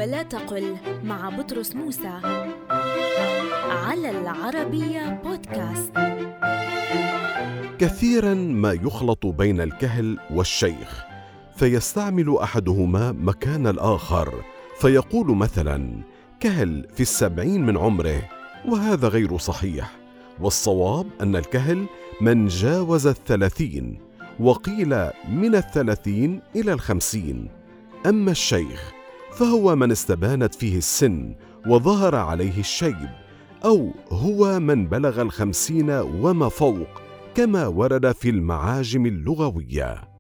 ولا تقل مع بطرس موسى على العربية بودكاست. كثيرا ما يخلط بين الكهل والشيخ، فيستعمل أحدهما مكان الآخر، فيقول مثلا كهل في 70 من عمره، وهذا غير صحيح. والصواب أن الكهل من جاوز 30، وقيل من 30 إلى 50. أما الشيخ فهو من استبانت فيه السن وظهر عليه الشيب، أو هو من بلغ 50 وما فوق، كما ورد في المعاجم اللغوية.